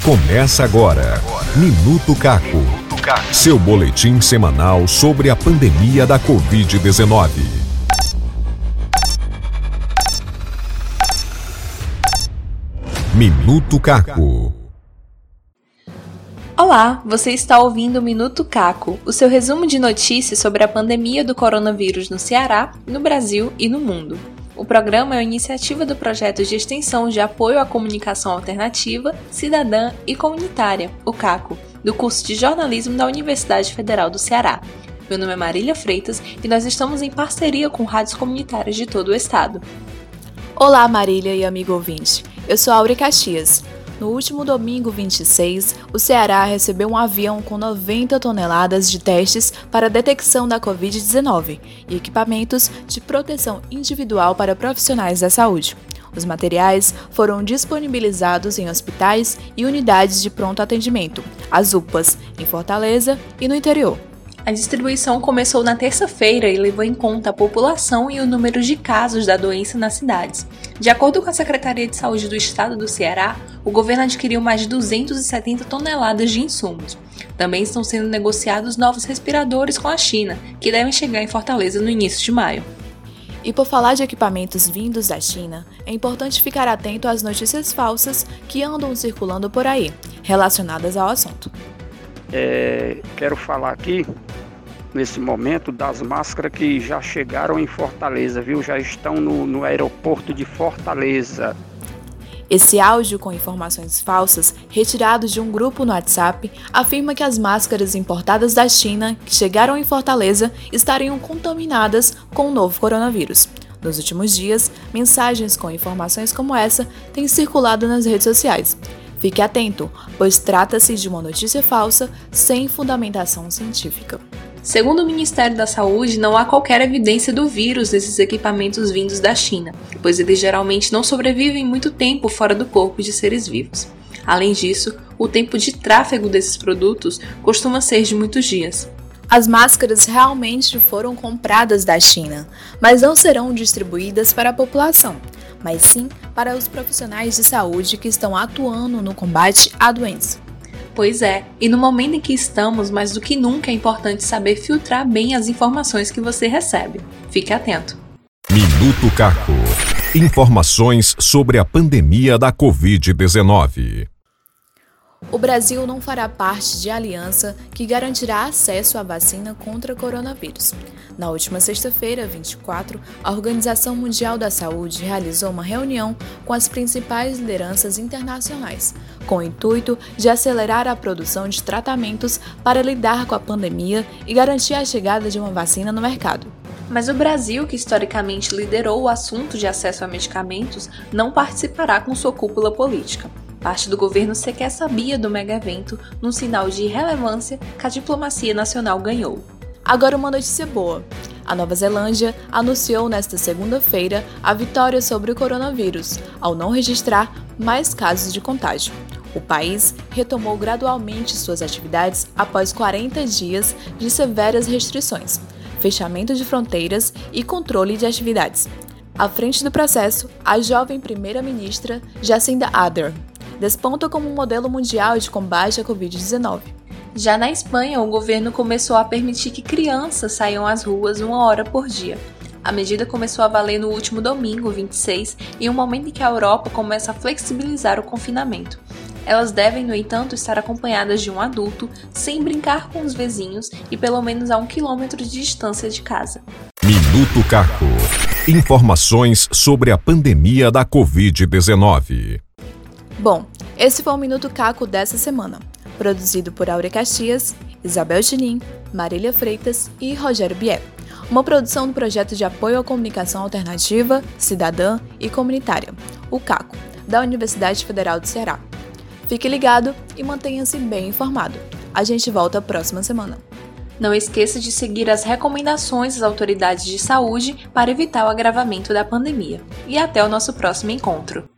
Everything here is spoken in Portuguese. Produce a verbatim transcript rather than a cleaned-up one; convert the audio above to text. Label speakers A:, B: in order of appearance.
A: Começa agora, Minuto Caco, seu boletim semanal sobre a pandemia da covid dezenove. Minuto Caco.
B: Olá, você está ouvindo o Minuto Caco, o seu resumo de notícias sobre a pandemia do coronavírus no Ceará, no Brasil e no mundo. O programa é uma iniciativa do projeto de extensão de apoio à comunicação alternativa, cidadã e comunitária, o CACO, do curso de jornalismo da Universidade Federal do Ceará. Meu nome é Marília Freitas e nós estamos em parceria com rádios comunitárias de todo o estado.
C: Olá, Marília e amigo ouvinte. Eu sou Áurea Caxias. No último domingo vinte e seis, o Ceará recebeu um avião com noventa toneladas de testes para a detecção da covid dezenove e equipamentos de proteção individual para profissionais da saúde. Os materiais foram disponibilizados em hospitais e unidades de pronto atendimento, as U P As, em Fortaleza e no interior.
B: A distribuição começou na terça-feira e levou em conta a população e o número de casos da doença nas cidades. De acordo com a Secretaria de Saúde do Estado do Ceará, o governo adquiriu mais de duzentas e setenta toneladas de insumos. Também estão sendo negociados novos respiradores com a China, que devem chegar em Fortaleza no início de maio.
C: E por falar de equipamentos vindos da China, é importante ficar atento às notícias falsas que andam circulando por aí, relacionadas ao assunto.
D: É, quero falar aqui, nesse momento, das máscaras que já chegaram em Fortaleza, viu? Já estão no, no aeroporto de Fortaleza.
C: Esse áudio com informações falsas, retirado de um grupo no WhatsApp, afirma que as máscaras importadas da China, que chegaram em Fortaleza, estariam contaminadas com o novo coronavírus. Nos últimos dias, mensagens com informações como essa têm circulado nas redes sociais. Fique atento, pois trata-se de uma notícia falsa sem fundamentação científica.
B: Segundo o Ministério da Saúde, não há qualquer evidência do vírus nesses equipamentos vindos da China, pois eles geralmente não sobrevivem muito tempo fora do corpo de seres vivos. Além disso, o tempo de tráfego desses produtos costuma ser de muitos dias.
C: As máscaras realmente foram compradas da China, mas não serão distribuídas para a população, mas sim para os profissionais de saúde que estão atuando no combate à doença.
B: Pois é, e no momento em que estamos, mais do que nunca é importante saber filtrar bem as informações que você recebe. Fique atento.
A: Minuto Caco. Informações sobre a pandemia da covid dezenove.
C: O Brasil não fará parte de aliança que garantirá acesso à vacina contra o coronavírus. Na última sexta-feira, vinte e quatro, a Organização Mundial da Saúde realizou uma reunião com as principais lideranças internacionais, com o intuito de acelerar a produção de tratamentos para lidar com a pandemia e garantir a chegada de uma vacina no mercado.
B: Mas o Brasil, que historicamente liderou o assunto de acesso a medicamentos, não participará com sua cúpula política. Parte do governo sequer sabia do mega-evento, num sinal de irrelevância que a diplomacia nacional ganhou.
C: Agora uma notícia boa. A Nova Zelândia anunciou nesta segunda-feira a vitória sobre o coronavírus, ao não registrar mais casos de contágio. O país retomou gradualmente suas atividades após quarenta dias de severas restrições, fechamento de fronteiras e controle de atividades. À frente do processo, a jovem primeira-ministra Jacinda Ardern desponta como um modelo mundial de combate à covid dezenove.
B: Já na Espanha, o governo começou a permitir que crianças saiam às ruas uma hora por dia. A medida começou a valer no último domingo, vinte e seis, em um momento em que a Europa começa a flexibilizar o confinamento. Elas devem, no entanto, estar acompanhadas de um adulto, sem brincar com os vizinhos e pelo menos a um quilômetro de distância de casa.
A: Minuto Caco. Informações sobre a pandemia da covid dezenove.
C: Bom, esse foi o Minuto Caco dessa semana, produzido por Áurea Caxias, Isabel Chinim, Marília Freitas e Rogério Bier. Uma produção do projeto de apoio à comunicação alternativa, cidadã e comunitária, o CACO, da Universidade Federal do Ceará. Fique ligado e mantenha-se bem informado. A gente volta próxima semana.
B: Não esqueça de seguir as recomendações das autoridades de saúde para evitar o agravamento da pandemia. E até o nosso próximo encontro.